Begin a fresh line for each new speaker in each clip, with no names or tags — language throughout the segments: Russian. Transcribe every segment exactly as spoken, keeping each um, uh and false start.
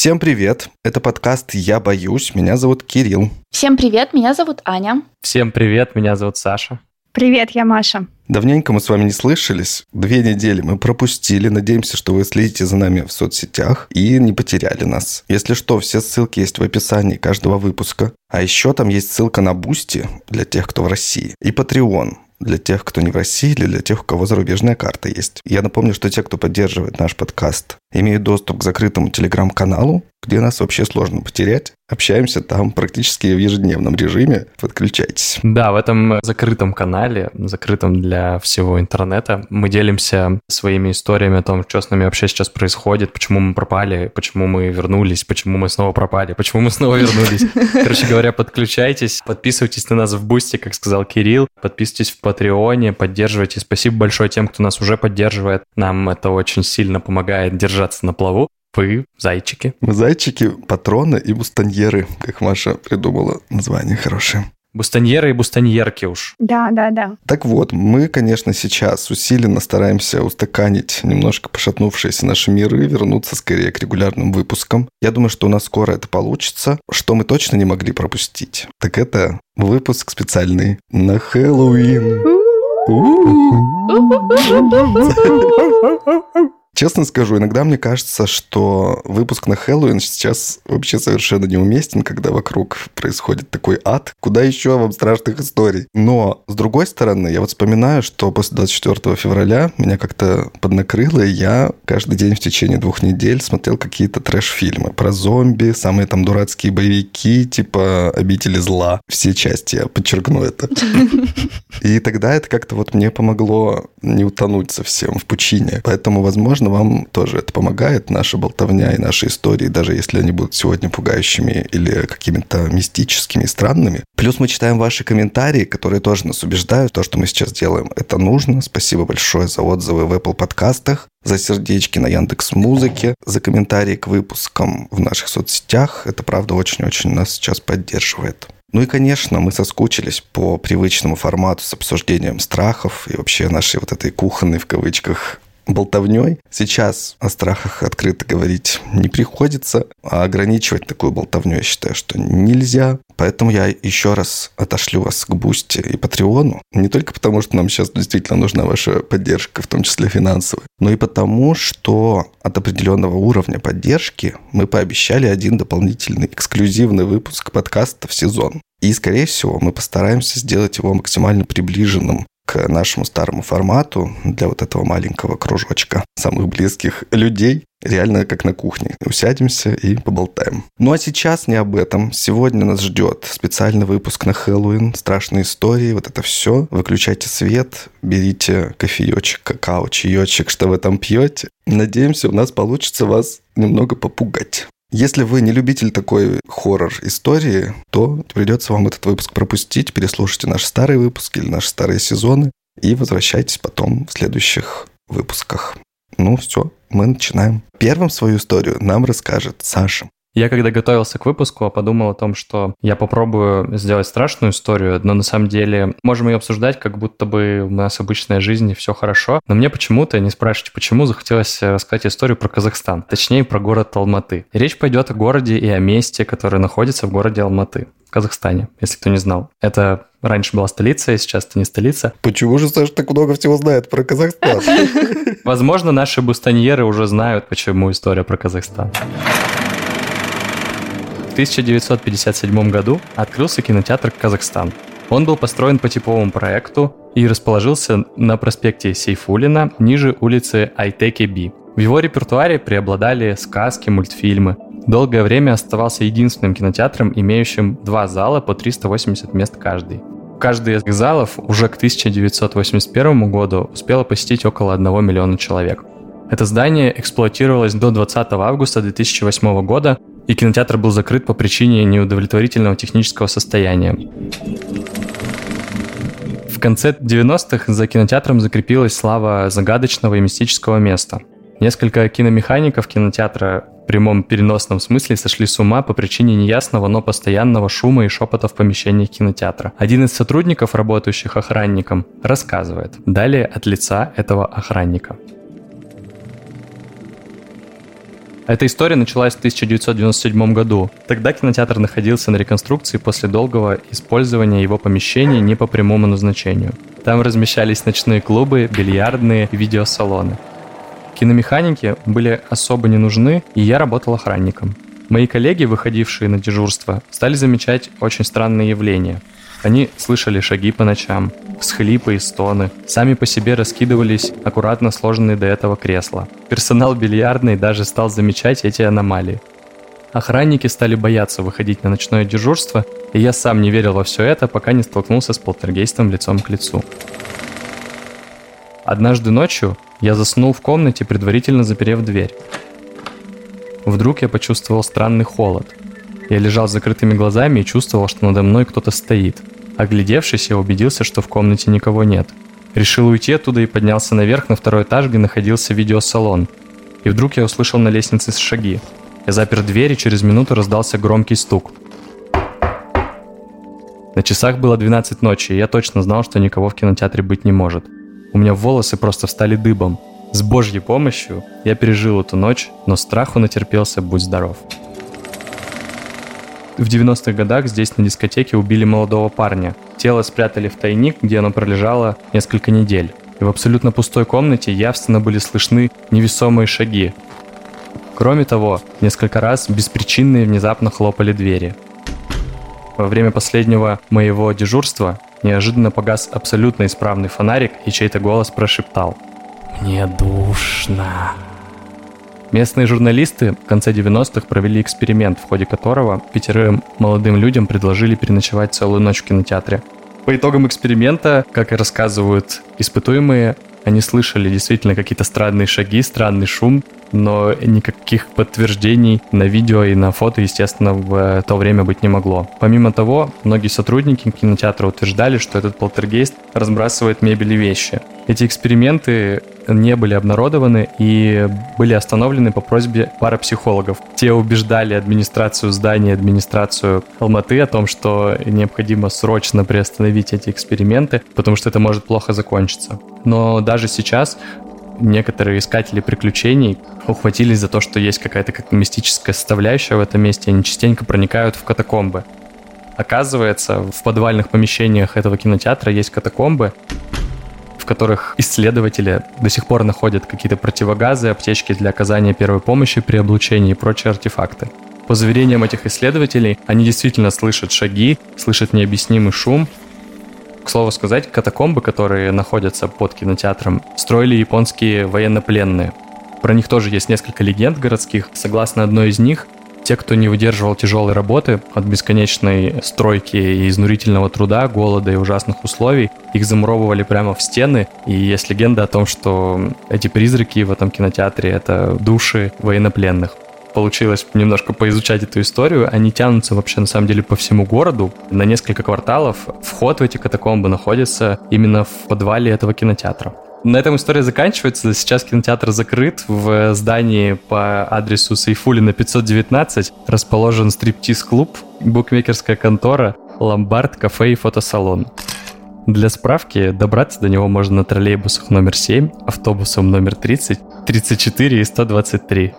Всем привет! Это подкаст «Я боюсь». Меня зовут Кирилл.
Всем привет! Меня зовут Аня.
Всем привет! Меня зовут Саша.
Привет, я Маша.
Давненько мы с вами не слышались. Две недели мы пропустили. Надеемся, что вы следите за нами в соцсетях и не потеряли нас. Если что, все ссылки есть в описании каждого выпуска. А еще там есть ссылка на Boosty для тех, кто в России, и Patreon для тех, кто не в России, или для тех, у кого зарубежная карта есть. Я напомню, что те, кто поддерживает наш подкаст, имеют доступ к закрытому телеграм-каналу, где нас вообще сложно потерять. Общаемся там практически в ежедневном режиме. Подключайтесь.
Да, в этом закрытом канале, закрытом для всего интернета, мы делимся своими историями о том, что с нами вообще сейчас происходит, почему мы пропали, почему мы вернулись, почему мы снова пропали, почему мы снова вернулись. Короче говоря, подключайтесь, подписывайтесь на нас в Бусти, как сказал Кирилл, подписывайтесь в Патреоне, поддерживайте. Спасибо большое тем, кто нас уже поддерживает. Нам это очень сильно помогает держаться на плаву. Вы зайчики.
Мы зайчики, патроны и бустаньеры, как Маша придумала название хорошее.
Бустаньеры и бустаньерки уж.
Да, да, да.
Так вот, мы, конечно, сейчас усиленно стараемся устаканить немножко пошатнувшиеся наши миры, вернуться скорее к регулярным выпускам. Я думаю, что у нас скоро это получится. Что мы точно не могли пропустить, так это выпуск специальный на Хэллоуин. Честно скажу, иногда мне кажется, что выпуск на Хэллоуин сейчас вообще совершенно неуместен, когда вокруг происходит такой ад. Куда еще вам страшных историй? Но, с другой стороны, я вот вспоминаю, что после двадцать четвёртого февраля меня как-то поднакрыло, и я каждый день в течение двух недель смотрел какие-то трэш-фильмы про зомби, самые там дурацкие боевики, типа «Обители зла». Все части, я подчеркну это. И тогда это как-то вот мне помогло не утонуть совсем в пучине. Поэтому, возможно, вам тоже это помогает, наша болтовня и наши истории, даже если они будут сегодня пугающими или какими-то мистическими и странными. Плюс мы читаем ваши комментарии, которые тоже нас убеждают, то, что мы сейчас делаем, это нужно. Спасибо большое за отзывы в Apple подкастах, за сердечки на Яндекс.Музыке, за комментарии к выпускам в наших соцсетях. Это, правда, очень-очень нас сейчас поддерживает. Ну и, конечно, мы соскучились по привычному формату с обсуждением страхов и вообще нашей вот этой кухонной, в кавычках, болтовней. Сейчас о страхах открыто говорить не приходится, а ограничивать такую болтовню, я считаю, что нельзя. Поэтому я еще раз отошлю вас к Бусти и Патреону. Не только потому, что нам сейчас действительно нужна ваша поддержка, в том числе финансовая, но и потому, что от определенного уровня поддержки мы пообещали один дополнительный эксклюзивный выпуск подкаста в сезон. И, скорее всего, мы постараемся сделать его максимально приближенным к нашему старому формату для вот этого маленького кружочка самых близких людей, реально как на кухне. Усядемся и поболтаем. Ну а сейчас не об этом. Сегодня нас ждет специальный выпуск на Хэллоуин, страшные истории, вот это все. Выключайте свет, берите кофеечек, какао, чаечек, что вы там пьете. Надеемся, у нас получится вас немного попугать. Если вы не любитель такой хоррор-истории, то придется вам этот выпуск пропустить, переслушайте наши старые выпуски или наши старые сезоны и возвращайтесь потом в следующих выпусках. Ну все, мы начинаем. Первым свою историю нам расскажет Саша.
Я когда готовился к выпуску, подумал о том, что я попробую сделать страшную историю, но на самом деле можем ее обсуждать, как будто бы у нас обычная жизнь и все хорошо. Но мне почему-то, не спрашивайте почему, захотелось рассказать историю про Казахстан, точнее про город Алматы. Речь пойдет о городе и о месте, которое находится в городе Алматы, в Казахстане, если кто не знал. Это раньше была столица, сейчас это не столица.
Почему же Саша так много всего знает про Казахстан?
Возможно, наши бустаньеры уже знают, почему история про Казахстан. В тысяча девятьсот пятьдесят седьмом году открылся кинотеатр «Казахстан». Он был построен по типовому проекту и расположился на проспекте Сейфуллина, ниже улицы Айтеке-Би. В его репертуаре преобладали сказки, мультфильмы. Долгое время оставался единственным кинотеатром, имеющим два зала по триста восемьдесят мест каждый. Каждый из залов уже к тысяча девятьсот восемьдесят первому году успело посетить около одного миллиона человек. Это здание эксплуатировалось до двадцатого августа две тысячи восьмого года, и кинотеатр был закрыт по причине неудовлетворительного технического состояния. В конце девяностых за кинотеатром закрепилась слава загадочного и мистического места. Несколько киномехаников кинотеатра в прямом переносном смысле сошли с ума по причине неясного, но постоянного шума и шепота в помещениях кинотеатра. Один из сотрудников, работающих охранником, рассказывает. Далее от лица этого охранника. Эта история началась в тысяча девятьсот девяносто седьмом году. Тогда кинотеатр находился на реконструкции после долгого использования его помещений не по прямому назначению. Там размещались ночные клубы, бильярдные и видеосалоны. Киномеханики были особо не нужны, и я работал охранником. Мои коллеги, выходившие на дежурство, стали замечать очень странные явления. Они слышали шаги по ночам, всхлипы и стоны, сами по себе раскидывались аккуратно сложенные до этого кресла. Персонал бильярдный даже стал замечать эти аномалии. Охранники стали бояться выходить на ночное дежурство, и я сам не верил во все это, пока не столкнулся с полтергейстом лицом к лицу. Однажды ночью я заснул в комнате, предварительно заперев дверь. Вдруг я почувствовал странный холод. Я лежал с закрытыми глазами и чувствовал, что надо мной кто-то стоит. Оглядевшись, я убедился, что в комнате никого нет. Решил уйти оттуда и поднялся наверх на второй этаж, где находился видеосалон. И вдруг я услышал на лестнице шаги. Я запер дверь, и через минуту раздался громкий стук. На часах было двенадцать ночи, и я точно знал, что никого в кинотеатре быть не может. У меня волосы просто встали дыбом. С Божьей помощью я пережил эту ночь, но страху натерпелся, будь здоров. В девяностых годах здесь на дискотеке убили молодого парня. Тело спрятали в тайник, где оно пролежало несколько недель. И в абсолютно пустой комнате явственно были слышны невесомые шаги. Кроме того, несколько раз беспричинно и внезапно хлопали двери. Во время последнего моего дежурства неожиданно погас абсолютно исправный фонарик, и чей-то голос прошептал: «Мне душно». Местные журналисты в конце девяностых провели эксперимент, в ходе которого пятерым молодым людям предложили переночевать целую ночь в кинотеатре. По итогам эксперимента, как и рассказывают испытуемые, они слышали действительно какие-то странные шаги, странный шум, но никаких подтверждений на видео и на фото, естественно, в то время быть не могло. Помимо того, многие сотрудники кинотеатра утверждали, что этот полтергейст разбрасывает мебель и вещи. Эти эксперименты не были обнародованы и были остановлены по просьбе парапсихологов. Те убеждали администрацию здания, администрацию Алматы о том, что необходимо срочно приостановить эти эксперименты, потому что это может плохо закончиться. Но даже сейчас некоторые искатели приключений ухватились за то, что есть какая-то как мистическая составляющая в этом месте, и они частенько проникают в катакомбы. Оказывается, в подвальных помещениях этого кинотеатра есть катакомбы, в которых исследователи до сих пор находят какие-то противогазы, аптечки для оказания первой помощи при облучении и прочие артефакты. По заверениям этих исследователей, они действительно слышат шаги, слышат необъяснимый шум. К слову сказать, катакомбы, которые находятся под кинотеатром, строили японские военнопленные. Про них тоже есть несколько легенд городских. Согласно одной из них, те, кто не выдерживал тяжелой работы от бесконечной стройки и изнурительного труда, голода и ужасных условий, их замуровывали прямо в стены. И есть легенда о том, что эти призраки в этом кинотеатре — это души военнопленных. Получилось немножко поизучать эту историю. Они тянутся вообще на самом деле по всему городу. На несколько кварталов вход в эти катакомбы находится именно в подвале этого кинотеатра. На этом история заканчивается. Сейчас кинотеатр закрыт. В здании по адресу Сайфуллина пятьсот девятнадцать расположен стриптиз-клуб, букмекерская контора, ломбард, кафе и фотосалон. Для справки, добраться до него можно на троллейбусах номер семь, автобусом номер тридцать, тридцать четыре и сто двадцать три.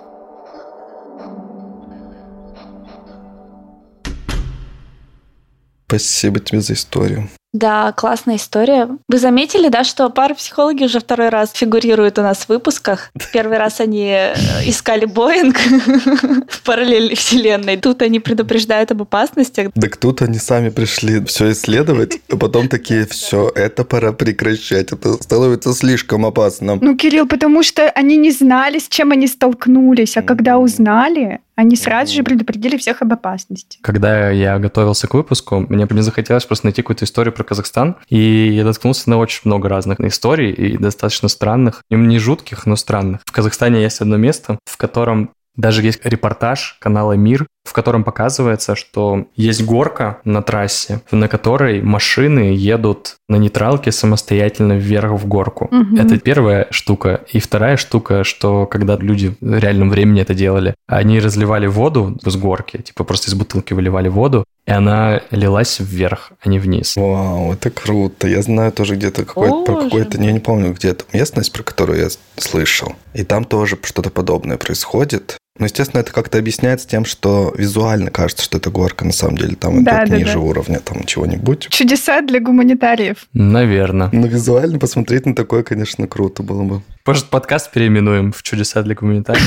Спасибо тебе за историю.
Да, классная история. Вы заметили, да, что парапсихологи уже второй раз фигурируют у нас в выпусках? Первый раз они искали Боинг в параллельной вселенной. Тут они предупреждают об опасностях.
Так тут они сами пришли все исследовать, а потом такие: все, это пора прекращать, это становится слишком опасно.
Ну, Кирилл, потому что они не знали, с чем они столкнулись, а когда узнали, они сразу же предупредили всех об опасности.
Когда я готовился к выпуску, мне захотелось просто найти какую-то историю про Казахстан, и я наткнулся на очень много разных историй, и достаточно странных, и не жутких, но странных. В Казахстане есть одно место, в котором даже есть репортаж канала «Мир», в котором показывается, что есть горка на трассе, на которой машины едут на нейтралке самостоятельно вверх в горку. Угу. Это первая штука. И вторая штука, что когда люди в реальном времени это делали, они разливали воду с горки, типа просто из бутылки выливали воду, и она лилась вверх, а не вниз.
Вау, это круто. Я знаю тоже где-то какое-то, про какое-то, я не помню, где-то местность, про которую я слышал. И там тоже что-то подобное происходит. Ну, естественно, это как-то объясняется тем, что визуально кажется, что это горка, на самом деле там
Да,
идет
да,
ниже
да.
уровня там чего-нибудь.
Чудеса для гуманитариев.
Наверное.
Но визуально посмотреть на такое, конечно, круто было бы.
Может, подкаст переименуем в «Чудеса для гуманитариев»?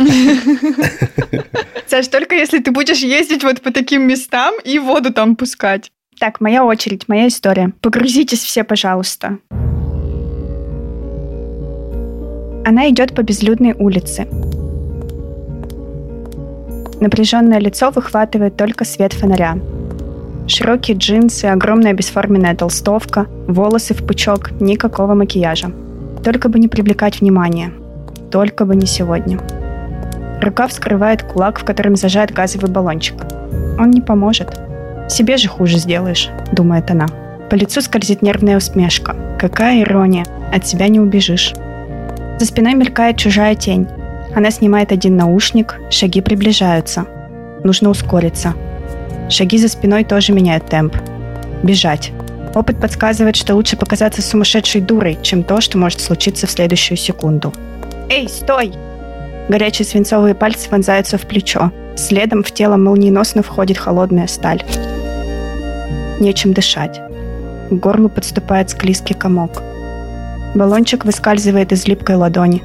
Саш, только если ты будешь ездить вот по таким местам и воду там пускать. Так, моя очередь, моя история. Погрузитесь все, пожалуйста. Она идет по безлюдной улице. Напряженное лицо выхватывает только свет фонаря. Широкие джинсы, огромная бесформенная толстовка, волосы в пучок, никакого макияжа. Только бы не привлекать внимание. Только бы не сегодня. Рука вскрывает кулак, в котором зажат газовый баллончик. Он не поможет. Себе же хуже сделаешь, думает она. По лицу скользит нервная усмешка. Какая ирония, от себя не убежишь. За спиной мелькает чужая тень. Она снимает один наушник, шаги приближаются. Нужно ускориться. Шаги за спиной тоже меняют темп. Бежать. Опыт подсказывает, что лучше показаться сумасшедшей дурой, чем то, что может случиться в следующую секунду. «Эй, стой!» Горячие свинцовые пальцы вонзаются в плечо. Следом в тело молниеносно входит холодная сталь. Нечем дышать. К горлу подступает склизкий комок. Баллончик выскальзывает из липкой ладони.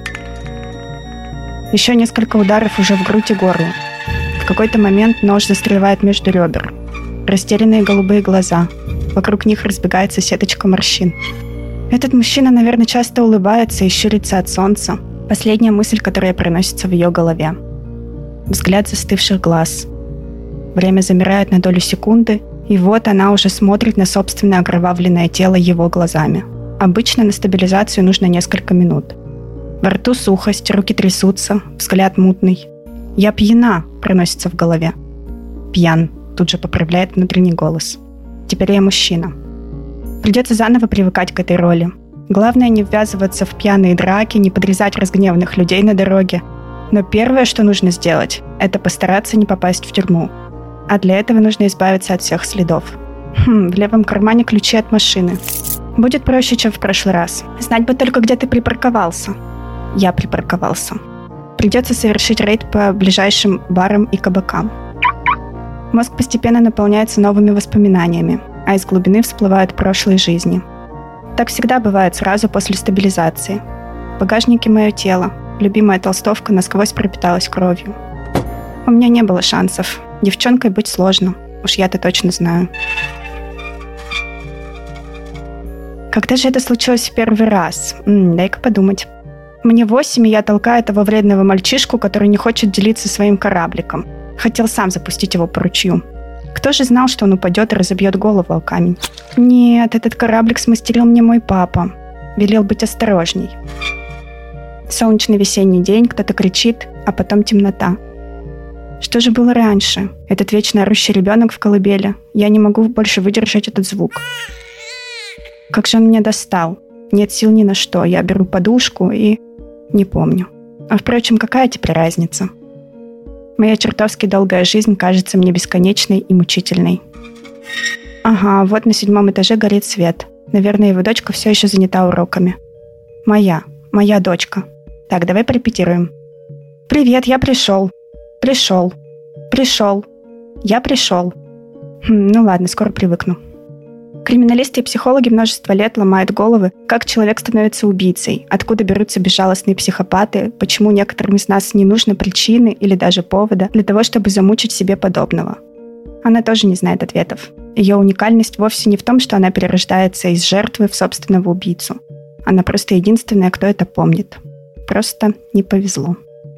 Еще несколько ударов уже в грудь и горло. В какой-то момент нож застревает между ребер. Растерянные голубые глаза. Вокруг них разбегается сеточка морщин. Этот мужчина, наверное, часто улыбается и щурится от солнца. Последняя мысль, которая проносится в ее голове. Взгляд застывших глаз. Время замирает на долю секунды, и вот она уже смотрит на собственное окровавленное тело его глазами. Обычно на стабилизацию нужно несколько минут. Во рту сухость, руки трясутся, взгляд мутный. «Я пьяна», — проносится в голове. «Пьян», — тут же поправляет внутренний голос. «Теперь я мужчина». Придется заново привыкать к этой роли. Главное не ввязываться в пьяные драки, не подрезать разгневанных людей на дороге. Но первое, что нужно сделать, это постараться не попасть в тюрьму. А для этого нужно избавиться от всех следов. Хм, в левом кармане ключи от машины. Будет проще, чем в прошлый раз. Знать бы только, где ты припарковался. Я припарковался. Придется совершить рейд по ближайшим барам и кабакам. Мозг постепенно наполняется новыми воспоминаниями, а из глубины всплывают прошлые жизни. Так всегда бывает сразу после стабилизации. В багажнике мое тело. Любимая толстовка насквозь пропиталась кровью. У меня не было шансов. Девчонкой быть сложно. Уж я-то точно знаю. Когда же это случилось в первый раз? М-м, дай-ка подумать. Мне восемь, и я толкаю этого вредного мальчишку, который не хочет делиться своим корабликом. Хотел сам запустить его по ручью. Кто же знал, что он упадет и разобьет голову о камень? Нет, этот кораблик смастерил мне мой папа. Велел быть осторожней. Солнечный весенний день, кто-то кричит, а потом темнота. Что же было раньше? Этот вечно орущий ребенок в колыбели. Я не могу больше выдержать этот звук. Как же он меня достал? Нет сил ни на что. Я беру подушку и... не помню. А впрочем, какая теперь разница? Моя чертовски долгая жизнь кажется мне бесконечной и мучительной. Ага, вот на седьмом этаже горит свет. Наверное, его дочка все еще занята уроками. Моя, моя дочка. Так, давай порепетируем. Привет, я пришел. Пришел. Пришел. Я пришел. Хм, ну ладно, скоро привыкну. Криминалисты и психологи множество лет ломают головы, как человек становится убийцей, откуда берутся безжалостные психопаты, почему некоторым из нас не нужно причины или даже повода для того, чтобы замучить себе подобного. Она тоже не знает ответов. Ее уникальность вовсе не в том, что она перерождается из жертвы в собственного убийцу. Она просто единственная, кто это помнит. Просто не повезло.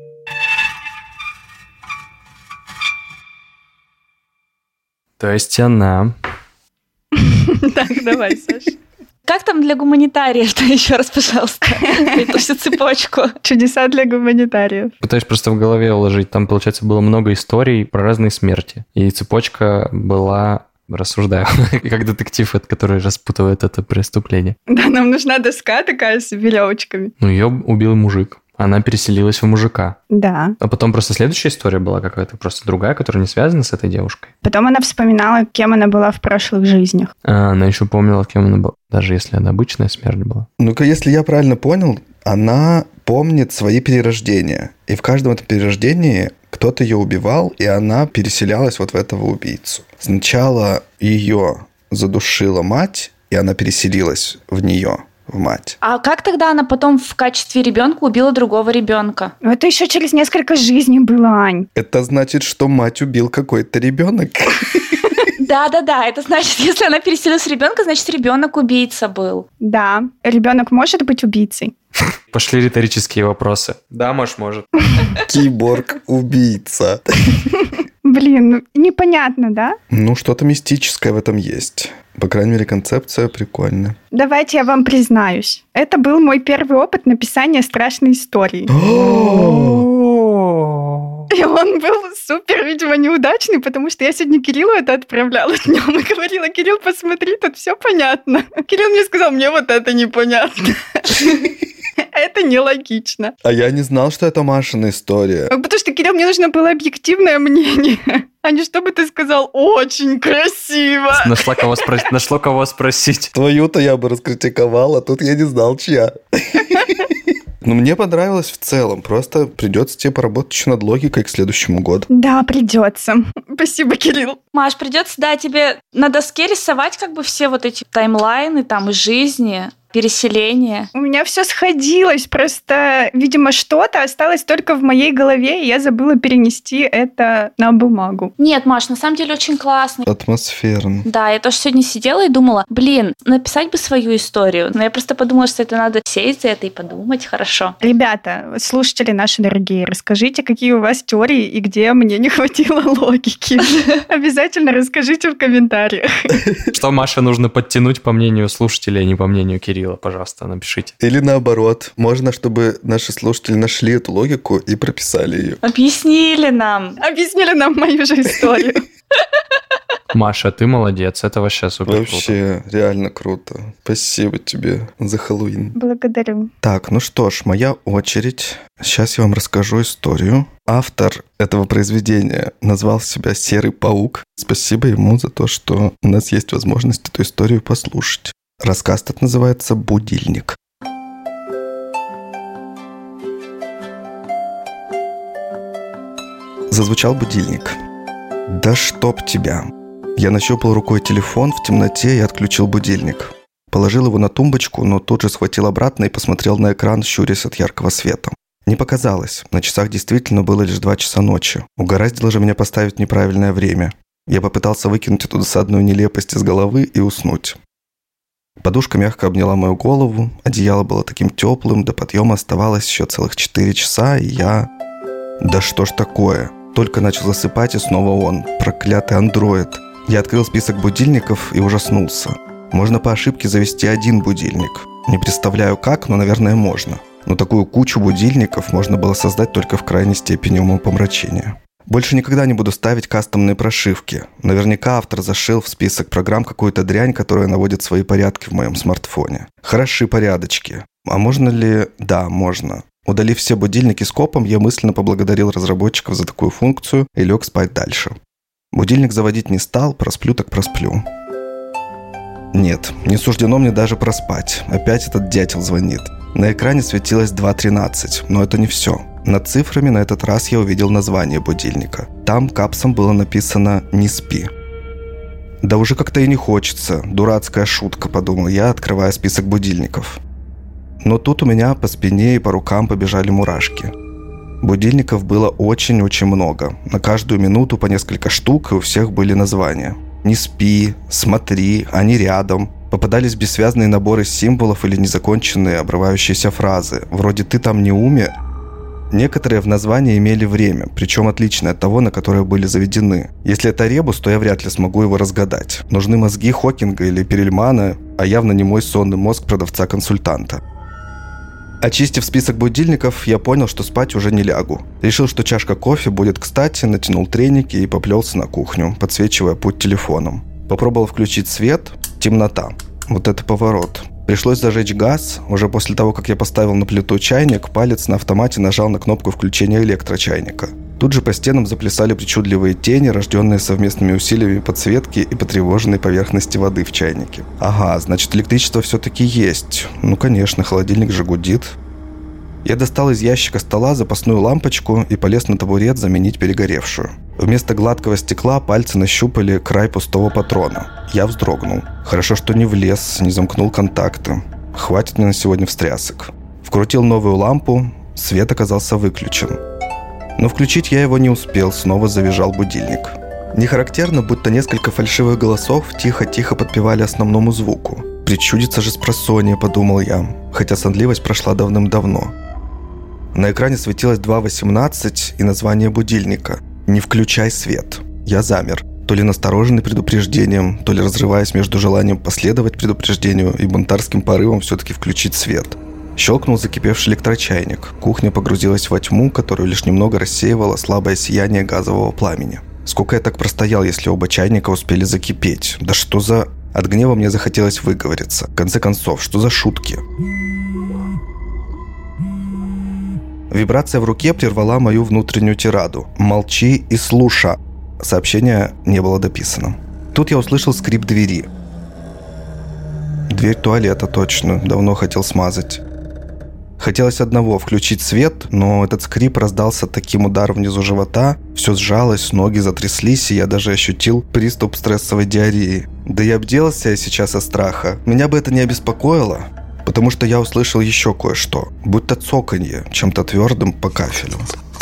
То есть она...
Так, давай, Саша.
Как там для гуманитариев? Еще раз, пожалуйста, эту всю цепочку.
Чудеса для гуманитариев.
Пытаюсь просто в голове уложить. Там, получается, было много историй про разные смерти. И цепочка была... Рассуждаю, как детектив, который распутывает это преступление.
Да, нам нужна доска такая с веревочками.
Ну, ее убил мужик. Она переселилась в мужика.
Да.
А потом просто следующая история была какая-то просто другая, которая не связана с этой девушкой.
Потом она вспоминала, кем она была в прошлых жизнях.
А, она еще помнила, кем она была, даже если она обычная смерть была.
Ну-ка, если я правильно понял, она помнит свои перерождения. И в каждом этом перерождении Кто-то ее убивал, и она переселялась вот в этого убийцу. Сначала ее задушила мать, и она переселилась в нее, в мать.
А как тогда она потом в качестве ребенка убила другого ребенка?
Ну, это еще через несколько жизней было, Ань.
Это значит, что мать убил какой-то ребенок.
Да-да-да, это значит, если она переселилась ребенка, значит, ребенок убийца был.
Да, ребенок может быть убийцей.
Пошли риторические вопросы. Да, Маш, может.
Киборг-убийца.
Блин, ну непонятно, да?
Ну, что-то мистическое в этом есть. По крайней мере, концепция прикольная.
Давайте я вам признаюсь. Это был мой первый опыт написания страшной истории. И он был супер, видимо, неудачный, потому что я сегодня Кириллу это отправляла днем и говорила: Кирилл, посмотри, тут все понятно. Кирилл мне сказал: мне вот это непонятно. Это нелогично.
А я не знал, что это Машина история.
Потому что, Кирилл, мне нужно было объективное мнение, а не чтобы ты сказал: очень красиво.
Нашла кого, спрос... Нашло кого спросить.
Твою-то я бы раскритиковал, а тут я не знал, чья. Ну, мне понравилось в целом. Просто придется тебе поработать еще над логикой к следующему году.
Да, придется. Спасибо, Кирилл.
Маш, придется, да, тебе на доске рисовать как бы все вот эти таймлайны там из жизни, переселение.
У меня все сходилось, просто, видимо, что-то осталось только в моей голове, и я забыла перенести это на бумагу.
Нет, Маш, на самом деле очень классно.
Атмосферно.
Да, я тоже сегодня сидела и думала: блин, написать бы свою историю. Но я просто подумала, что это надо сесть за это и подумать хорошо.
Ребята, слушатели наши дорогие, расскажите, какие у вас теории и где мне не хватило логики. Обязательно расскажите в комментариях.
Что Маше нужно подтянуть по мнению слушателей, а не по мнению Кирилла? Пожалуйста, напишите.
Или наоборот. Можно, чтобы наши слушатели нашли эту логику и прописали ее.
Объяснили нам.
Объяснили нам мою же историю.
Маша, ты молодец. Это вообще супер круто.
Вообще, реально круто. Спасибо тебе за Хэллоуин.
Благодарю.
Так, ну что ж, моя очередь. Сейчас я вам расскажу историю. Автор этого произведения назвал себя Серый паук. Спасибо ему за то, что у нас есть возможность эту историю послушать. Рассказ этот называется «Будильник». Зазвучал будильник. «Да чтоб тебя!» Я нащупал рукой телефон в темноте и отключил будильник. Положил его на тумбочку, но тут же схватил обратно и посмотрел на экран, щурясь от яркого света. Не показалось, на часах действительно было лишь два часа ночи. Угораздило же меня поставить неправильное время. Я попытался выкинуть эту досадную нелепость из головы и уснуть. Подушка мягко обняла мою голову, одеяло было таким теплым, до подъема оставалось еще целых четыре часа, и я... Да что ж такое? Только начал засыпать, и снова он, проклятый андроид. Я открыл список будильников и ужаснулся. Можно по ошибке завести один будильник. Не представляю как, но, наверное, можно. Но такую кучу будильников можно было создать только в крайней степени умопомрачения. Больше никогда не буду ставить кастомные прошивки. Наверняка автор зашил в список программ какую-то дрянь, которая наводит свои порядки в моем смартфоне. Хороши порядочки. А можно ли... Да, можно. Удалив все будильники скопом, я мысленно поблагодарил разработчиков за такую функцию и лег спать дальше. Будильник заводить не стал, просплю так просплю. Нет, не суждено мне даже проспать. Опять этот дятел звонит. На экране светилось два тринадцать, но это не все. Над цифрами на этот раз я увидел название будильника. Там капсом было написано «Не спи». Да уже как-то и не хочется. Дурацкая шутка, подумал я, открывая список будильников. Но тут у меня по спине и по рукам побежали мурашки. Будильников было очень-очень много. На каждую минуту по несколько штук, и у всех были названия. «Не спи», «Смотри», «Они рядом». Попадались бессвязные наборы символов или незаконченные обрывающиеся фразы, вроде «ты там не уме». Некоторые в названии имели время, причем отличное от того, на которое были заведены. Если это ребус, то я вряд ли смогу его разгадать. Нужны мозги Хокинга или Перельмана, а явно не мой сонный мозг продавца-консультанта. Очистив список будильников, я понял, что спать уже не лягу. Решил, что чашка кофе будет кстати, натянул треники и поплелся на кухню, подсвечивая путь телефоном. Попробовал включить свет. Темнота. Вот это поворот. Пришлось зажечь газ. Уже после того, как я поставил на плиту чайник, палец на автомате нажал на кнопку включения электрочайника. Тут же по стенам заплясали причудливые тени, рожденные совместными усилиями подсветки и потревоженной поверхности воды в чайнике. Ага, значит, электричество все-таки есть. Ну, конечно, холодильник же гудит. Я достал из ящика стола запасную лампочку и полез на табурет заменить перегоревшую. Вместо гладкого стекла пальцы нащупали край пустого патрона. Я вздрогнул. Хорошо, что не влез, не замкнул контакты. Хватит мне на сегодня встрясок. Вкрутил новую лампу, свет оказался выключен. Но включить я его не успел, снова завизжал будильник. Не характерно, будто несколько фальшивых голосов тихо-тихо подпевали основному звуку. «Причудится же спросонья», — подумал я, хотя сонливость прошла давным-давно. На экране светилось два восемнадцать и название будильника «Не включай свет». Я замер, то ли настороженный предупреждением, то ли разрываясь между желанием последовать предупреждению и бунтарским порывом все-таки включить свет. Щелкнул закипевший электрочайник. Кухня погрузилась во тьму, которую лишь немного рассеивало слабое сияние газового пламени. Сколько я так простоял, если оба чайника успели закипеть? Да что за... От гнева мне захотелось выговориться. В конце концов, что за шутки? Вибрация в руке прервала мою внутреннюю тираду. «Молчи и слушай». Сообщение не было дописано. Тут я услышал скрип двери. Дверь туалета, точно. Давно хотел смазать. Хотелось одного – включить свет, но этот скрип раздался таким ударом внизу живота, все сжалось, ноги затряслись, и я даже ощутил приступ стрессовой диареи. Да и обделался я сейчас от страха. Меня бы это не обеспокоило, потому что я услышал еще кое-что, будто цоканье чем-то твердым по кафелю.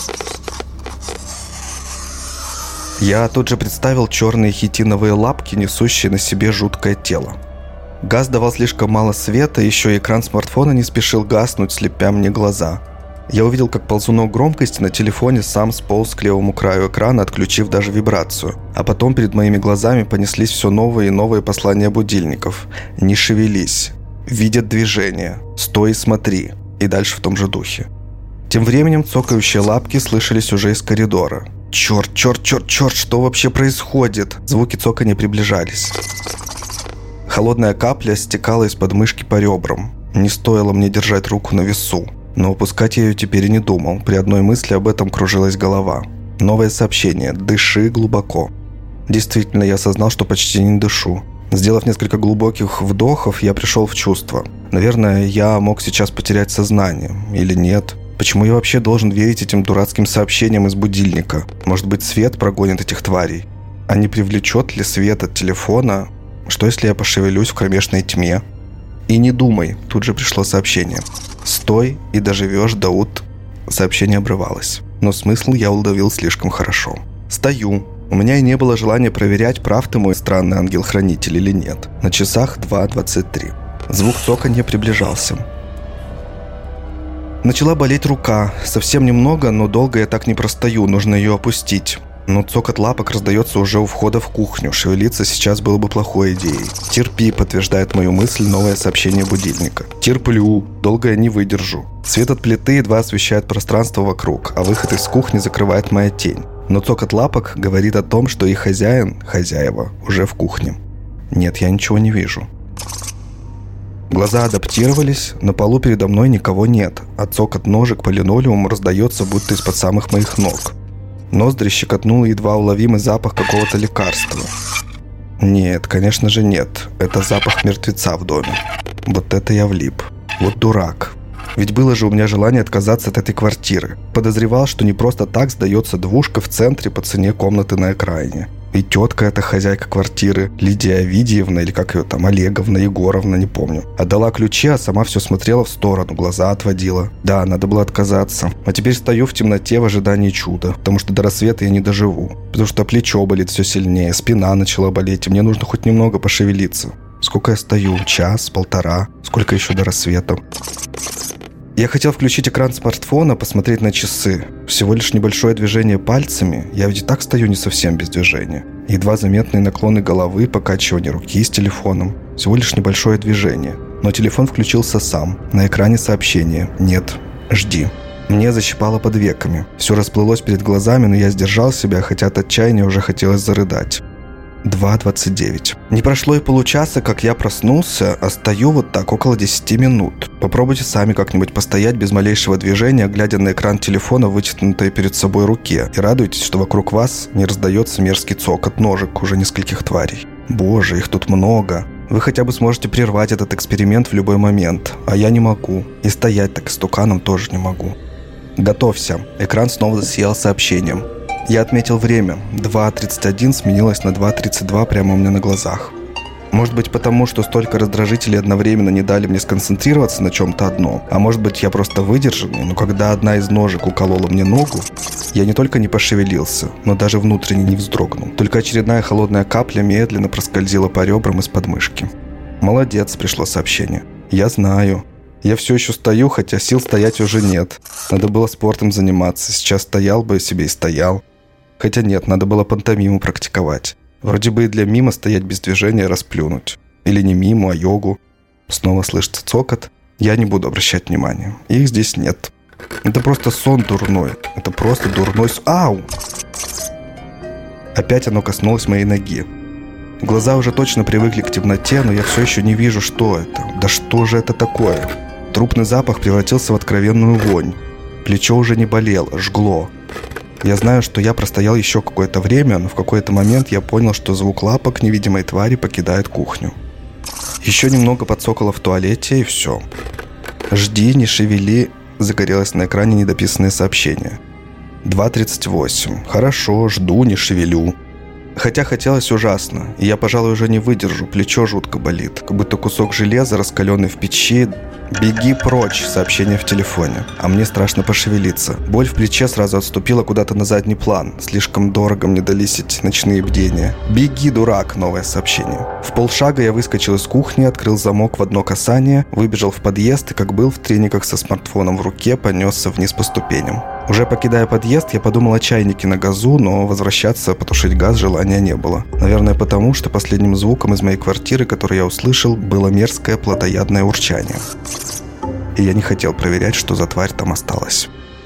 Я тут же представил черные хитиновые лапки, несущие на себе жуткое тело. Газ давал слишком мало света, еще и экран смартфона не спешил гаснуть, слепя мне глаза. Я увидел, как ползунок громкости на телефоне сам сполз к левому краю экрана, отключив даже вибрацию. А потом перед моими глазами понеслись все новые и новые послания будильников. «Не шевелись», «Видят движение», «Стой и смотри» и дальше в том же духе. Тем временем цокающие лапки слышались уже из коридора. «Черт, черт, черт, черт, что вообще происходит?» Звуки цоканья приближались. Холодная капля стекала из подмышки по ребрам. Не стоило мне держать руку на весу. Но упускать я ее теперь и не думал. При одной мысли об этом кружилась голова. Новое сообщение. «Дыши глубоко». Действительно, я осознал, что почти не дышу. Сделав несколько глубоких вдохов, я пришел в чувство. Наверное, я мог сейчас потерять сознание. Или нет. Почему я вообще должен верить этим дурацким сообщениям из будильника? Может быть, свет прогонит этих тварей? А не привлечет ли свет от телефона? Что, если я пошевелюсь в кромешной тьме? И не думай, тут же пришло сообщение. «Стой и доживешь, Дауд». Сообщение обрывалось, но смысл я уловил слишком хорошо. Стою. У меня и не было желания проверять, прав ты, мой странный ангел-хранитель, или нет. На часах два двадцать три. Звук цоканья приближался. Начала болеть рука. Совсем немного, но долго я так не простою, нужно ее опустить. Но цокот лапок раздается уже у входа в кухню. Шевелиться сейчас было бы плохой идеей. «Терпи», подтверждает мою мысль новое сообщение будильника. «Терплю. Долго я не выдержу». Свет от плиты едва освещает пространство вокруг, а выход из кухни закрывает моя тень. Но цокот лапок говорит о том, что и хозяин, хозяева, уже в кухне. Нет, я ничего не вижу. Глаза адаптировались, на полу передо мной никого нет, а цокот ножек по линолеуму раздается будто из-под самых моих ног. Ноздри щекотнул едва уловимый запах какого-то лекарства. Нет, конечно же нет. Это запах мертвеца в доме. Вот это я влип. Вот дурак. Ведь было же у меня желание отказаться от этой квартиры. Подозревал, что не просто так сдается двушка в центре по цене комнаты на окраине. И тетка эта хозяйка квартиры, Лидия Овидиевна, или как ее там, Олеговна, Егоровна, не помню. Отдала ключи, а сама все смотрела в сторону, глаза отводила. Да, надо было отказаться. А теперь стою в темноте в ожидании чуда, потому что до рассвета я не доживу. Потому что плечо болит все сильнее, спина начала болеть, и мне нужно хоть немного пошевелиться. Сколько я стою? Час, полтора? Сколько еще до рассвета? Я хотел включить экран смартфона, посмотреть на часы. Всего лишь небольшое движение пальцами. Я ведь и так стою не совсем без движения. Едва заметные наклоны головы, покачивание руки с телефоном. Всего лишь небольшое движение. Но телефон включился сам. На экране сообщение. Нет, жди. Мне защипало под веками. Все расплылось перед глазами, но я сдержал себя, хотя от отчаяния уже хотелось зарыдать. два двадцать девять. Не прошло и получаса, как я проснулся, а стою вот так около десяти минут. Попробуйте сами как-нибудь постоять без малейшего движения, глядя на экран телефона, вытянутой перед собой руке, и радуйтесь, что вокруг вас не раздается мерзкий цокот ножек уже нескольких тварей. Боже, их тут много. Вы хотя бы сможете прервать этот эксперимент в любой момент, а я не могу. И стоять так истуканом тоже не могу. Готовься. Экран снова засиял сообщением. Я отметил время. два тридцать один сменилось на два тридцать два прямо у меня на глазах. Может быть, потому что столько раздражителей одновременно не дали мне сконцентрироваться на чем-то одном. А может быть, я просто выдержанный, но когда одна из ножек уколола мне ногу, я не только не пошевелился, но даже внутренне не вздрогнул. Только очередная холодная капля медленно проскользила по ребрам из подмышки. «Молодец», — пришло сообщение. «Я знаю. Я все еще стою, хотя сил стоять уже нет. Надо было спортом заниматься. Сейчас стоял бы себе и стоял. Хотя нет, надо было пантомиму практиковать. Вроде бы и для мима стоять без движения расплюнуть. Или не миму, а йогу». Снова слышится цокот. Я не буду обращать внимания. Их здесь нет. Это просто сон дурной. Это просто дурной сон. Ау! Опять оно коснулось моей ноги. Глаза уже точно привыкли к темноте, но я все еще не вижу, что это. Да что же это такое? Трупный запах превратился в откровенную вонь. Плечо уже не болело, жгло. Я знаю, что я простоял еще какое-то время, но в какой-то момент я понял, что звук лапок невидимой твари покидает кухню. Еще немного подсокало в туалете, и все. «Жди, не шевели», загорелось на экране недописанное сообщение. два тридцать восемь. Хорошо, жду, не шевелю. Хотя хотелось ужасно, и я, пожалуй, уже не выдержу, плечо жутко болит, как будто кусок железа, раскаленный в печи. «Беги прочь», сообщение в телефоне, а мне страшно пошевелиться. Боль в плече сразу отступила куда-то на задний план, слишком дорого мне дались эти ночные бдения. «Беги, дурак», новое сообщение. В полшага я выскочил из кухни, открыл замок в одно касание, выбежал в подъезд и, как был в трениках со смартфоном в руке, понесся вниз по ступеням. Уже покидая подъезд, я подумал о чайнике на газу, но возвращаться, потушить газ желания не было. Наверное, потому что последним звуком из моей квартиры, который я услышал, было мерзкое плотоядное урчание. И я не хотел проверять, что за тварь там осталась.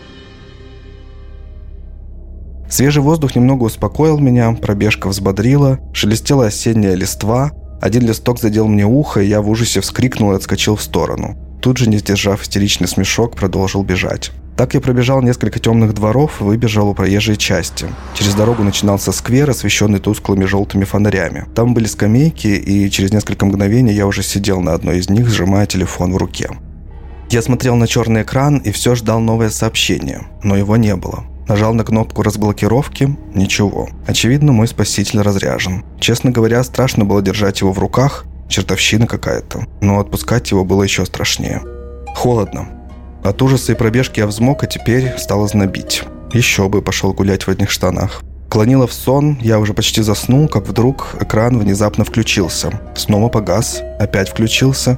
Свежий воздух немного успокоил меня, пробежка взбодрила, шелестела осенняя листва. Один листок задел мне ухо, и я в ужасе вскрикнул и отскочил в сторону. Тут же, не сдержав истеричный смешок, продолжил бежать. Так я пробежал несколько темных дворов и выбежал у проезжей части. Через дорогу начинался сквер, освещенный тусклыми желтыми фонарями. Там были скамейки, и через несколько мгновений я уже сидел на одной из них, сжимая телефон в руке. Я смотрел на черный экран и все ждал новое сообщение, но его не было. Нажал на кнопку разблокировки – ничего. Очевидно, мой спаситель разряжен. Честно говоря, страшно было держать его в руках, чертовщина какая-то, но отпускать его было еще страшнее. Холодно. От ужаса и пробежки я взмок, а теперь стало знобить. Еще бы, пошел гулять в одних штанах. Клонило в сон, я уже почти заснул, как вдруг экран внезапно включился. Снова погас, опять включился.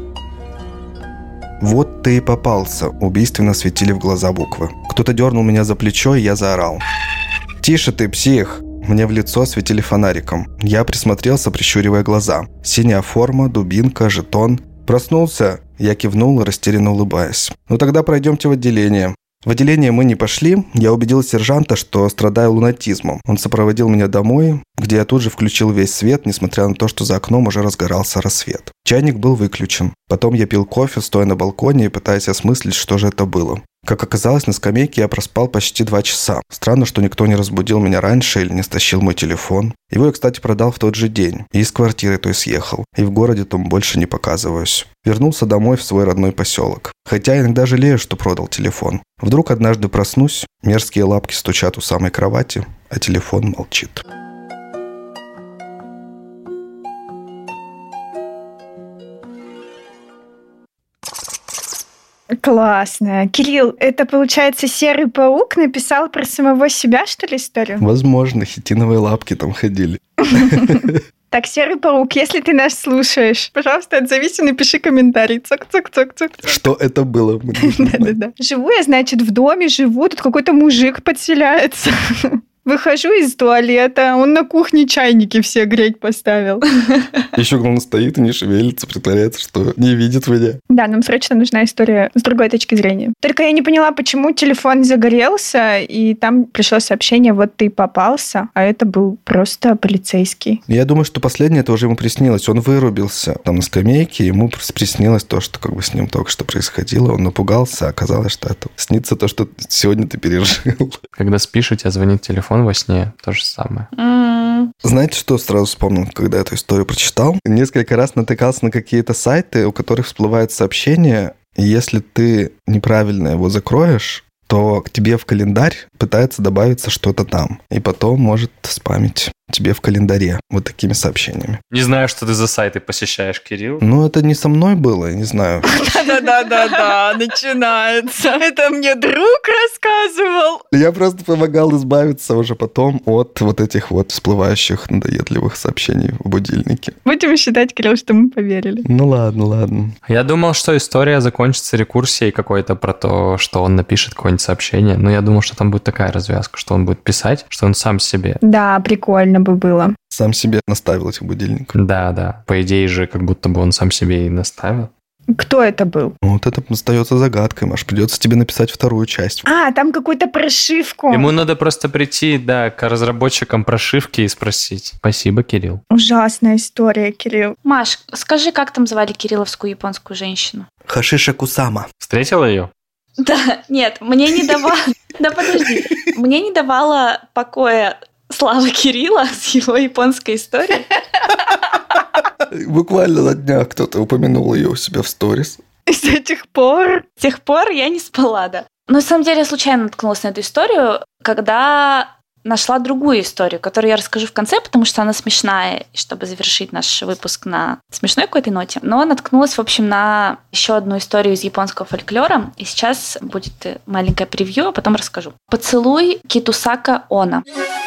«Вот ты и попался», — убийственно светили в глаза буквы. Кто-то дернул меня за плечо, и я заорал. «Тише ты, псих!» Мне в лицо светили фонариком. Я присмотрелся, прищуривая глаза. Синяя форма, дубинка, жетон. «Проснулся?» Я кивнул, растерянно улыбаясь. «Ну тогда пройдемте в отделение». В отделение мы не пошли. Я убедил сержанта, что страдаю лунатизмом. Он сопроводил меня домой, где я тут же включил весь свет, несмотря на то, что за окном уже разгорался рассвет. Чайник был выключен. Потом я пил кофе, стоя на балконе и пытаясь осмыслить, что же это было. Как оказалось, на скамейке я проспал почти два часа. Странно, что никто не разбудил меня раньше или не стащил мой телефон. Его я, кстати, продал в тот же день. И из квартиры той съехал. И в городе там больше не показываюсь. Вернулся домой в свой родной поселок. Хотя иногда жалею, что продал телефон. Вдруг однажды проснусь, мерзкие лапки стучат у самой кровати, а телефон молчит.
Классно. Кирилл, это, получается, Серый паук написал про самого себя, что ли, историю?
Возможно, хитиновые лапки там ходили.
Так, Серый паук, если ты нас слушаешь, пожалуйста, отзовись и напиши комментарий. Цок-цок-цок-цок.
Что это было?
Да-да-да. Живу я, значит, в доме, живу, тут какой-то мужик подселяется. Выхожу из туалета, он на кухне чайники все греть поставил.
Еще он стоит и не шевелится, притворяется, что не видит меня.
Да, нам срочно нужна история с другой точки зрения. Только я не поняла, почему телефон загорелся, и там пришло сообщение, вот ты попался, а это был просто полицейский.
Я думаю, что последнее это уже ему приснилось. Он вырубился там на скамейке, ему приснилось то, что как бы с ним только что происходило. Он напугался, а оказалось, что это снится то, что сегодня ты пережил.
Когда спишь, у тебя звонит телефон, он во сне то же самое.
М.
Знаете, что сразу вспомнил, когда эту историю прочитал? Несколько раз натыкался на какие-то сайты, у которых всплывают сообщения, и если ты неправильно его закроешь, то к тебе в календарь пытается добавиться что-то там. И потом может спамить тебе в календаре вот такими сообщениями.
Не знаю, что ты за сайты посещаешь, Кирилл.
Ну, это не со мной было, я не знаю.
Да-да-да-да, начинается. Это мне друг рассказывал.
Я просто помогал избавиться уже потом от вот этих вот всплывающих надоедливых сообщений в будильнике.
Будем считать, Кирилл, что мы поверили.
Ну ладно, ладно.
Я думал, что история закончится рекурсией какой-то про то, что он напишет какое-нибудь сообщение. Но я думал, что там будет такая развязка, что он будет писать, что он сам себе.
Да, прикольно бы было.
Сам себе наставил этих будильников.
Да, да. По идее же, как будто бы он сам себе и наставил.
Кто это был?
Ну, вот это остается загадкой, Маш. Придется тебе написать вторую часть.
А, там какую-то прошивку.
Ему надо просто прийти, да, к разработчикам прошивки и спросить. Спасибо, Кирилл.
Ужасная история, Кирилл.
Маш, скажи, как там звали кирилловскую японскую женщину?
Хашиша Кусама.
Встретила ее?
Да, нет, мне не давала... Да подожди. Мне не давала покоя слава Кирилла с его японской историей.
Буквально на днях кто-то упомянул ее у себя в сторис.
И с тех пор...
С тех пор я не спала, да. Но на самом деле я случайно наткнулась на эту историю, когда нашла другую историю, которую я расскажу в конце, потому что она смешная, чтобы завершить наш выпуск на смешной какой-то ноте. Но наткнулась, в общем, на еще одну историю из японского фольклора. И сейчас будет маленькое превью, а потом расскажу. «Поцелуй Китусака Она».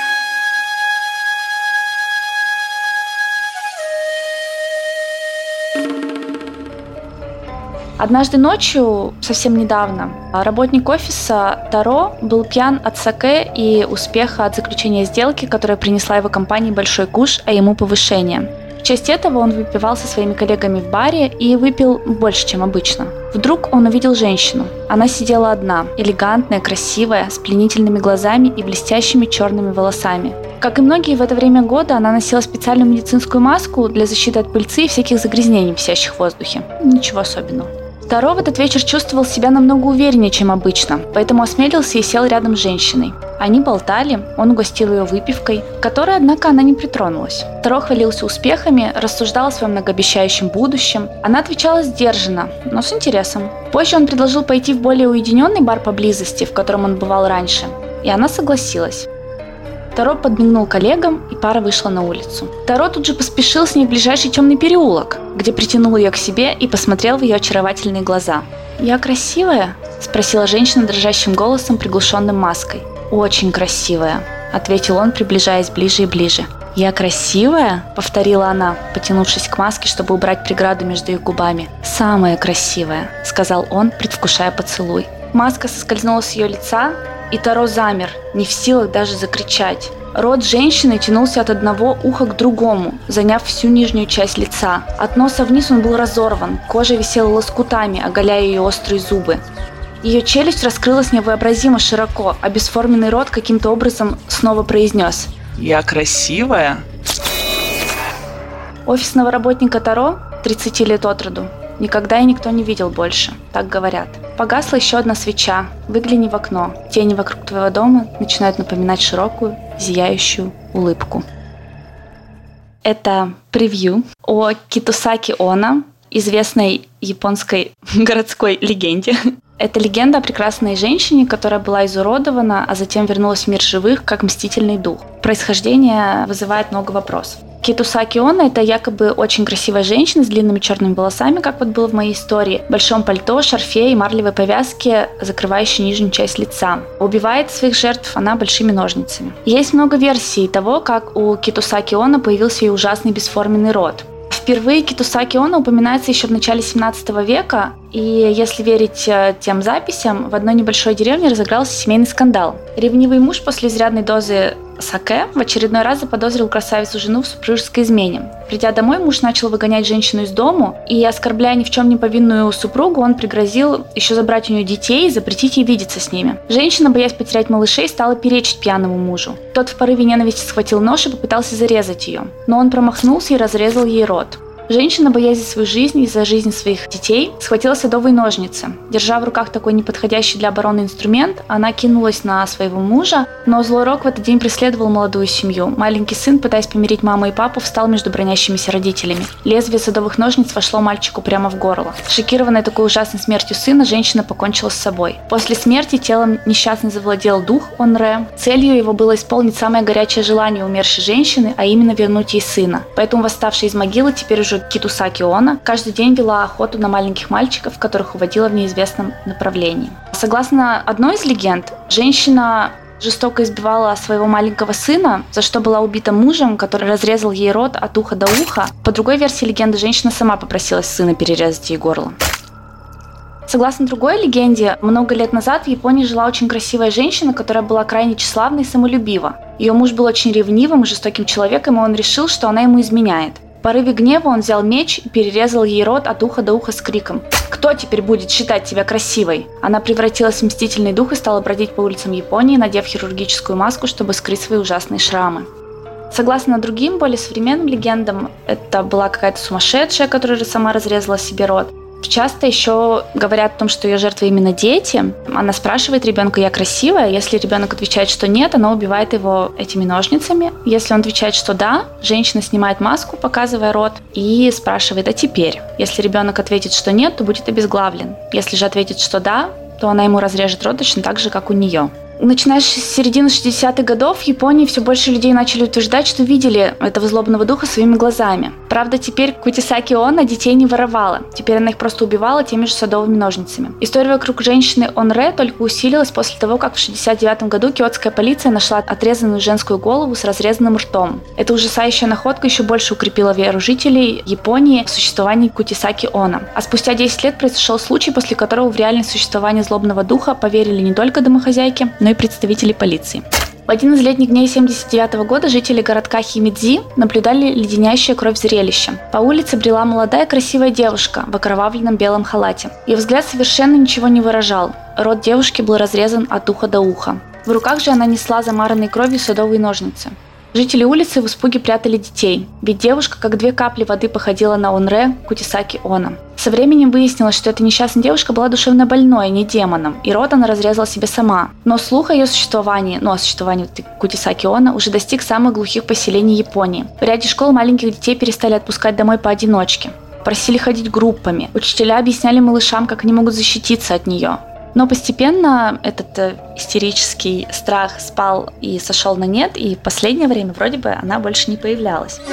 Однажды ночью, совсем недавно, работник офиса Таро был пьян от саке и успеха от заключения сделки, которая принесла его компании большой куш, а ему повышение. В честь этого он выпивал со своими коллегами в баре и выпил больше, чем обычно. Вдруг он увидел женщину. Она сидела одна, элегантная, красивая, с пленительными глазами и блестящими черными волосами. Как и многие в это время года, она носила специальную медицинскую маску для защиты от пыльцы и всяких загрязнений, висящих в воздухе. Ничего особенного. Таро в этот вечер чувствовал себя намного увереннее, чем обычно, поэтому осмелился и сел рядом с женщиной. Они болтали, он угостил ее выпивкой, которой, однако, она не притронулась. Таро хвалился успехами, рассуждал о своем многообещающем будущем. Она отвечала сдержанно, но с интересом. Позже он предложил пойти в более уединенный бар поблизости, в котором он бывал раньше, и она согласилась. Таро подмигнул коллегам, и пара вышла на улицу. Таро тут же поспешил с ней в ближайший темный переулок, где притянул ее к себе и посмотрел в ее очаровательные глаза. «Я красивая?» – спросила женщина дрожащим голосом, приглушенным маской. «Очень красивая», – ответил он, приближаясь ближе и ближе. «Я красивая?» – повторила она, потянувшись к маске, чтобы убрать преграду между их губами. «Самая красивая», – сказал он, предвкушая поцелуй. Маска соскользнула с ее лица, и Таро замер, не в силах даже закричать. Рот женщины тянулся от одного уха к другому, заняв всю нижнюю часть лица. От носа вниз он был разорван, кожа висела лоскутами, оголяя ее острые зубы. Ее челюсть раскрылась невообразимо широко, а бесформенный рот каким-то образом снова произнес:
«Я красивая?»
Офисного работника Таро, тридцати лет от роду, никогда и никто не видел больше, так говорят. Погасла еще одна свеча. Выгляни в окно. Тени вокруг твоего дома начинают напоминать широкую, зияющую улыбку. Это превью о Китусаки Она, известной японской городской легенде. Это легенда о прекрасной женщине, которая была изуродована, а затем вернулась в мир живых как мстительный дух. Происхождение вызывает много вопросов. Китусаки Она – это якобы очень красивая женщина с длинными черными волосами, как вот было в моей истории, большом пальто, шарфе и марлевой повязке, закрывающей нижнюю часть лица. Убивает своих жертв она большими ножницами. Есть много версий того, как у Китусаки Она появился ее ужасный бесформенный рот. Впервые Китусаки Она упоминается еще в начале семнадцатого века, и если верить тем записям, в одной небольшой деревне разыгрался семейный скандал. Ревнивый муж после изрядной дозы саке в очередной раз заподозрил красавицу жену в супружеской измене. Придя домой, муж начал выгонять женщину из дому, и, оскорбляя ни в чем не повинную супругу, он пригрозил еще забрать у нее детей и запретить ей видеться с ними. Женщина, боясь потерять малышей, стала перечить пьяному мужу. Тот в порыве ненависти схватил нож и попытался зарезать ее, но он промахнулся и разрезал ей рот. Женщина, боясь за свою жизнь и за жизнь своих детей, схватила садовые ножницы. Держа в руках такой неподходящий для обороны инструмент, она кинулась на своего мужа, но злой рок в этот день преследовал молодую семью. Маленький сын, пытаясь помирить маму и папу, встал между бранящимися родителями. Лезвие садовых ножниц вошло мальчику прямо в горло. Шокированная такой ужасной смертью сына, женщина покончила с собой. После смерти телом несчастный завладел дух Онре. Целью его было исполнить самое горячее желание умершей женщины, а именно вернуть ей сына. Поэтому восставшая из могилы, теперь уже Китусаки Она, каждый день вела охоту на маленьких мальчиков, которых уводила в неизвестном направлении. Согласно одной из легенд, женщина жестоко избивала своего маленького сына, за что была убита мужем, который разрезал ей рот от уха до уха. По другой версии легенды, женщина сама попросилась сына перерезать ей горло. Согласно другой легенде, много лет назад в Японии жила очень красивая женщина, которая была крайне тщеславна и самолюбива. Ее муж был очень ревнивым и жестоким человеком, и он решил, что она ему изменяет. В порыве гнева он взял меч и перерезал ей рот от уха до уха с криком: «Кто теперь будет считать тебя красивой?» Она превратилась в мстительный дух и стала бродить по улицам Японии, надев хирургическую маску, чтобы скрыть свои ужасные шрамы. Согласно другим, более современным легендам, это была какая-то сумасшедшая, которая сама разрезала себе рот. Часто еще говорят о том, что ее жертвы именно дети. Она спрашивает ребенка: «Я красивая?» Если ребенок отвечает, что нет, она убивает его этими ножницами. Если он отвечает, что да, женщина снимает маску, показывая рот, и спрашивает: «А теперь?» Если ребенок ответит, что нет, то будет обезглавлен. Если же ответит, что да, то она ему разрежет рот точно так же, как у нее. Начиная с середины шестидесятых годов в Японии все больше людей начали утверждать, что видели этого злобного духа своими глазами. Правда, теперь Кутисаки Она детей не воровала. Теперь она их просто убивала теми же садовыми ножницами. История вокруг женщины Онре только усилилась после того, как в шестьдесят девятом году киотская полиция нашла отрезанную женскую голову с разрезанным ртом. Эта ужасающая находка еще больше укрепила веру жителей Японии в существовании Кутисаки Она. А спустя десять лет произошел случай, после которого в реальное существование злобного духа поверили не только домохозяйки, но и представители полиции. В один из летних дней семьдесят девятого года жители городка Химидзи наблюдали леденящее кровь зрелище. По улице брела молодая красивая девушка в окровавленном белом халате. Ее взгляд совершенно ничего не выражал. Рот девушки был разрезан от уха до уха. В руках же она несла замаранные кровью садовые ножницы. Жители улицы в испуге прятали детей, ведь девушка как две капли воды походила на Онре Кутисаки Она. Со временем выяснилось, что эта несчастная девушка была душевно больной, а не демоном, и рот она разрезала себе сама. Но слух о ее существовании, ну о существовании Кутисаки Она, уже достиг самых глухих поселений Японии. В ряде школ маленьких детей перестали отпускать домой поодиночке. Просили ходить группами. Учителя объясняли малышам, как они могут защититься от нее. Но постепенно этот э, истерический страх спал и сошел на нет, и в последнее время вроде бы она больше не появлялась.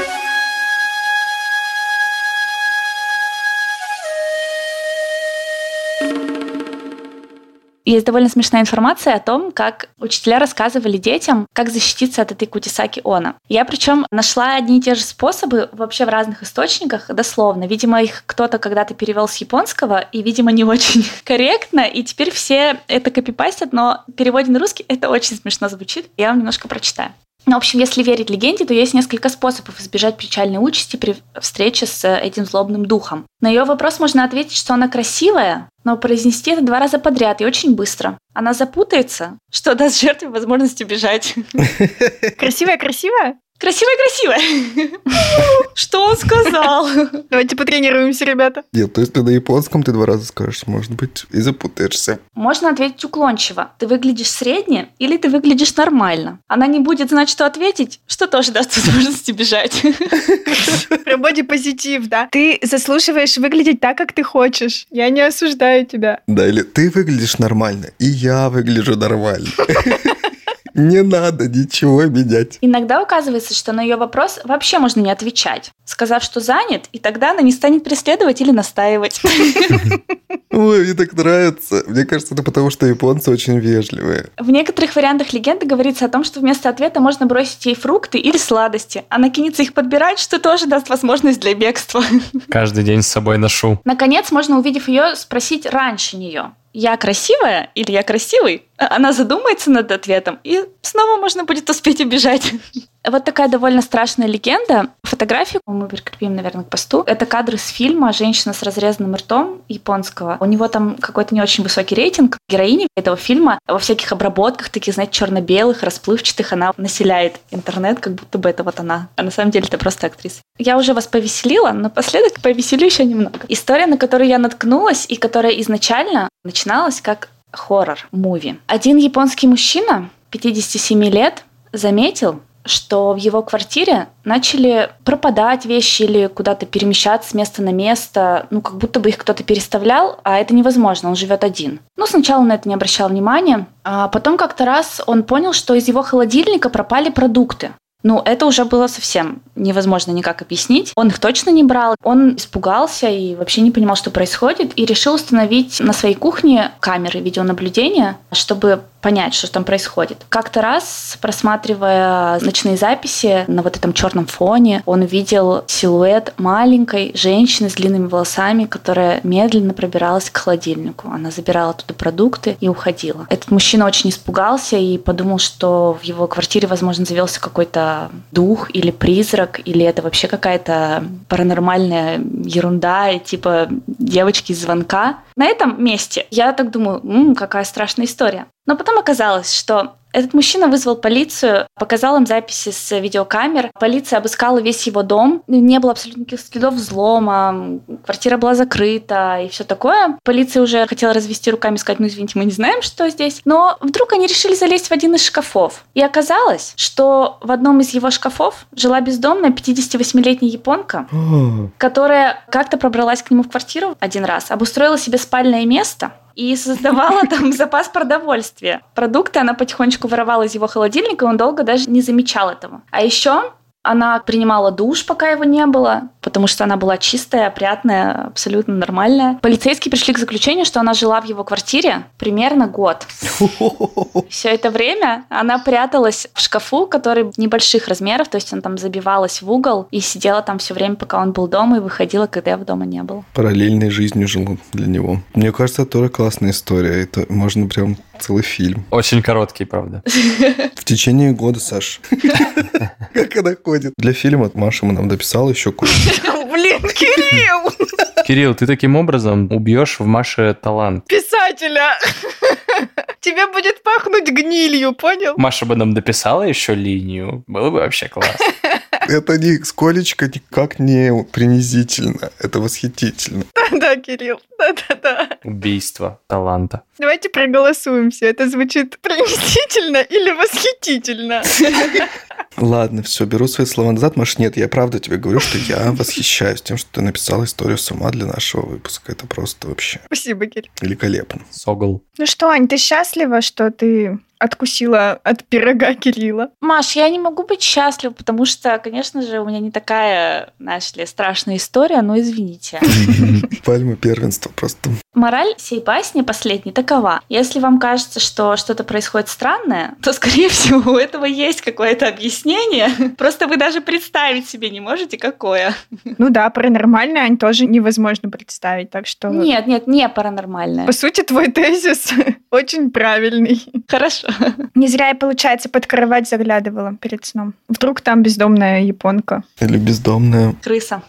Есть довольно смешная информация о том, как учителя рассказывали детям, как защититься от этой Кутисаки Она. Я причем нашла одни и те же способы вообще в разных источниках, дословно. Видимо, их кто-то когда-то перевел с японского, и, видимо, не очень корректно, и теперь все это копипастят, но в переводе на русский это очень смешно звучит. Я вам немножко прочитаю. Ну, в общем, если верить легенде, то есть несколько способов избежать печальной участи при встрече с этим злобным духом. На ее вопрос можно ответить, что она красивая, но произнести это два раза подряд и очень быстро. Она запутается, что даст жертве возможность убежать.
Красивая-красивая?
Красивая-красивая. Что он сказал?
Давайте потренируемся, ребята.
Нет, то есть ты на японском ты два раза скажешь, может быть, и запутаешься.
Можно ответить уклончиво. Ты выглядишь средне или ты выглядишь нормально? Она не будет знать, что ответить, что тоже даст возможность убежать.
Про бодипозитив, да? Ты заслуживаешь выглядеть так, как ты хочешь. Я не осуждаю тебя.
Да, или ты выглядишь нормально, и я выгляжу нормально. Не надо ничего менять.
Иногда оказывается, что на ее вопрос вообще можно не отвечать, сказав, что занят, и тогда она не станет преследовать или настаивать.
Ой, мне так нравится. Мне кажется, это потому, что японцы очень вежливые.
В некоторых вариантах легенды говорится о том, что вместо ответа можно бросить ей фрукты или сладости. Она кинется их подбирать, что тоже даст возможность для бегства.
Каждый день с собой ношу.
Наконец, можно, увидев ее, спросить раньше нее: «Я красивая или я красивый?» Она задумается над ответом, и снова можно будет успеть убежать. Вот такая довольно страшная легенда. Фотографию мы прикрепим, наверное, к посту. Это кадры с фильма «Женщина с разрезанным ртом» японского. У него там какой-то не очень высокий рейтинг. Героиня этого фильма во всяких обработках, таких, знаете, черно-белых, расплывчатых, она населяет интернет, как будто бы это вот она. А на самом деле это просто актриса. Я уже вас повеселила, но напоследок повеселю еще немного. История, на которую я наткнулась, и которая изначально начиналась как хоррор-муви. Один японский мужчина, пятидесяти семи лет, заметил, что в его квартире начали пропадать вещи или куда-то перемещаться с места на место, ну, как будто бы их кто-то переставлял, а это невозможно, он живет один. Ну, сначала он на это не обращал внимания, а потом как-то раз он понял, что из его холодильника пропали продукты. Ну, это уже было совсем невозможно никак объяснить. Он их точно не брал. Он испугался и вообще не понимал, что происходит, и решил установить на своей кухне камеры видеонаблюдения, чтобы понять, что там происходит. Как-то раз, просматривая ночные записи на вот этом черном фоне, он увидел силуэт маленькой женщины с длинными волосами, которая медленно пробиралась к холодильнику. Она забирала оттуда продукты и уходила. Этот мужчина очень испугался и подумал, что в его квартире, возможно, завелся какой-то дух или призрак, или это вообще какая-то паранормальная ерунда, типа девочки из звонка. На этом месте я так думаю, м-м, какая страшная история. Но потом оказалось, что этот мужчина вызвал полицию, показал им записи с видеокамер. Полиция обыскала весь его дом. Не было абсолютно никаких следов взлома. Квартира была закрыта и все такое. Полиция уже хотела развести руками и сказать, ну, извините, мы не знаем, что здесь. Но вдруг они решили залезть в один из шкафов. И оказалось, что в одном из его шкафов жила бездомная пятидесятивосьмилетняя японка, которая как-то пробралась к нему в квартиру один раз, обустроила себе спальное место и создавала там запас продовольствия. Продукты она потихонечку воровала из его холодильника, и он долго даже не замечал этого. А еще она принимала душ, пока его не было, потому что она была чистая, опрятная, абсолютно нормальная. Полицейские пришли к заключению, что она жила в его квартире примерно год. Все это время она пряталась в шкафу, который небольших размеров, то есть она там забивалась в угол и сидела там все время, пока он был дома, и выходила, когда его дома не было.
Параллельной жизнью жила для него. Мне кажется, это тоже классная история. Это можно прям целый фильм.
Очень короткий, правда.
В течение года, Саш. Как она ходит. Для фильма Маша нам дописала еще кое-что.
Блин, Кирилл!
Кирилл, ты таким образом убьешь в Маше талант.
Писателя! Тебе будет пахнуть гнилью, понял?
Маша бы нам дописала еще линию. Было бы вообще классно.
Это нисколечко никак не принизительно. Это восхитительно.
Да-да, Кирилл, да-да-да.
Убийство таланта.
Давайте проголосуем все. Это звучит принизительно или восхитительно?
Ладно, все, беру свои слова назад. Маш, нет, я правда тебе говорю, что я восхищаюсь тем, что ты написала историю сама для нашего выпуска. Это просто вообще
Спасибо, Кирилл.
великолепно.
Согл.
Ну что, Ань, ты счастлива, что ты откусила от пирога Кирилла?
Маш, я не могу быть счастлива, потому что, конечно же, у меня не такая, знаешь ли, страшная история, но извините.
Пальма первенства просто.
Мораль всей басни последней такова. Если вам кажется, что что-то происходит странное, то, скорее всего, у этого есть какое-то объяснение. Просто вы даже представить себе не можете, какое.
Ну да, паранормальное, Ань, тоже невозможно представить, так что...
Нет, нет, не паранормальное.
По сути, твой тезис очень правильный.
Хорошо.
Не зря я, получается, под кровать заглядывала перед сном. Вдруг там бездомная японка.
Или бездомная.
Крыса.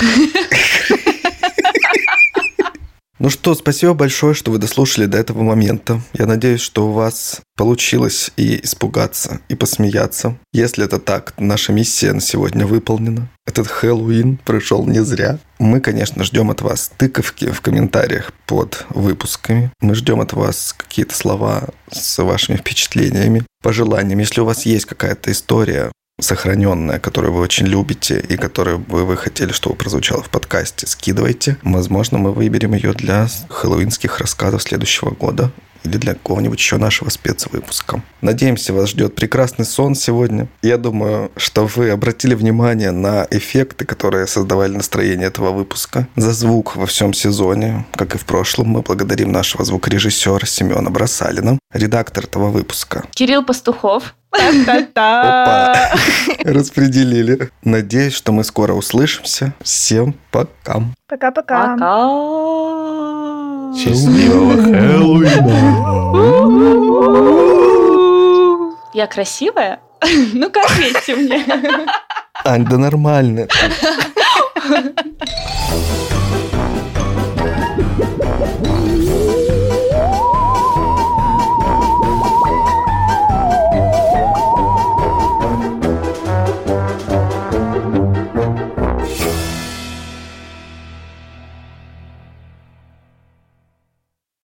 Ну что, спасибо большое, что вы дослушали до этого момента. Я надеюсь, что у вас получилось и испугаться, и посмеяться. Если это так, то наша миссия на сегодня выполнена. Этот Хэллоуин прошел не зря. Мы, конечно, ждем от вас тыковки в комментариях под выпусками. Мы ждем от вас какие-то слова с вашими впечатлениями, пожеланиями. Если у вас есть какая-то история сохраненная, которую вы очень любите и которую бы вы хотели, чтобы прозвучала в подкасте, скидывайте. Возможно, мы выберем ее для хэллоуинских рассказов следующего года или для какого-нибудь еще нашего спецвыпуска. Надеемся, вас ждет прекрасный сон сегодня. Я думаю, что вы обратили внимание на эффекты, которые создавали настроение этого выпуска. За звук во всем сезоне, как и в прошлом, мы благодарим нашего звукорежиссера Семена Бросалина, редактор этого выпуска
Кирилл Пастухов.
Опа! Распределили. Надеюсь, что мы скоро услышимся. Всем пока.
Пока-пока.
Пока.
Счастливого Хэллоуина!
Я красивая? Ну-ка, ответьте мне.
Ань, да нормально.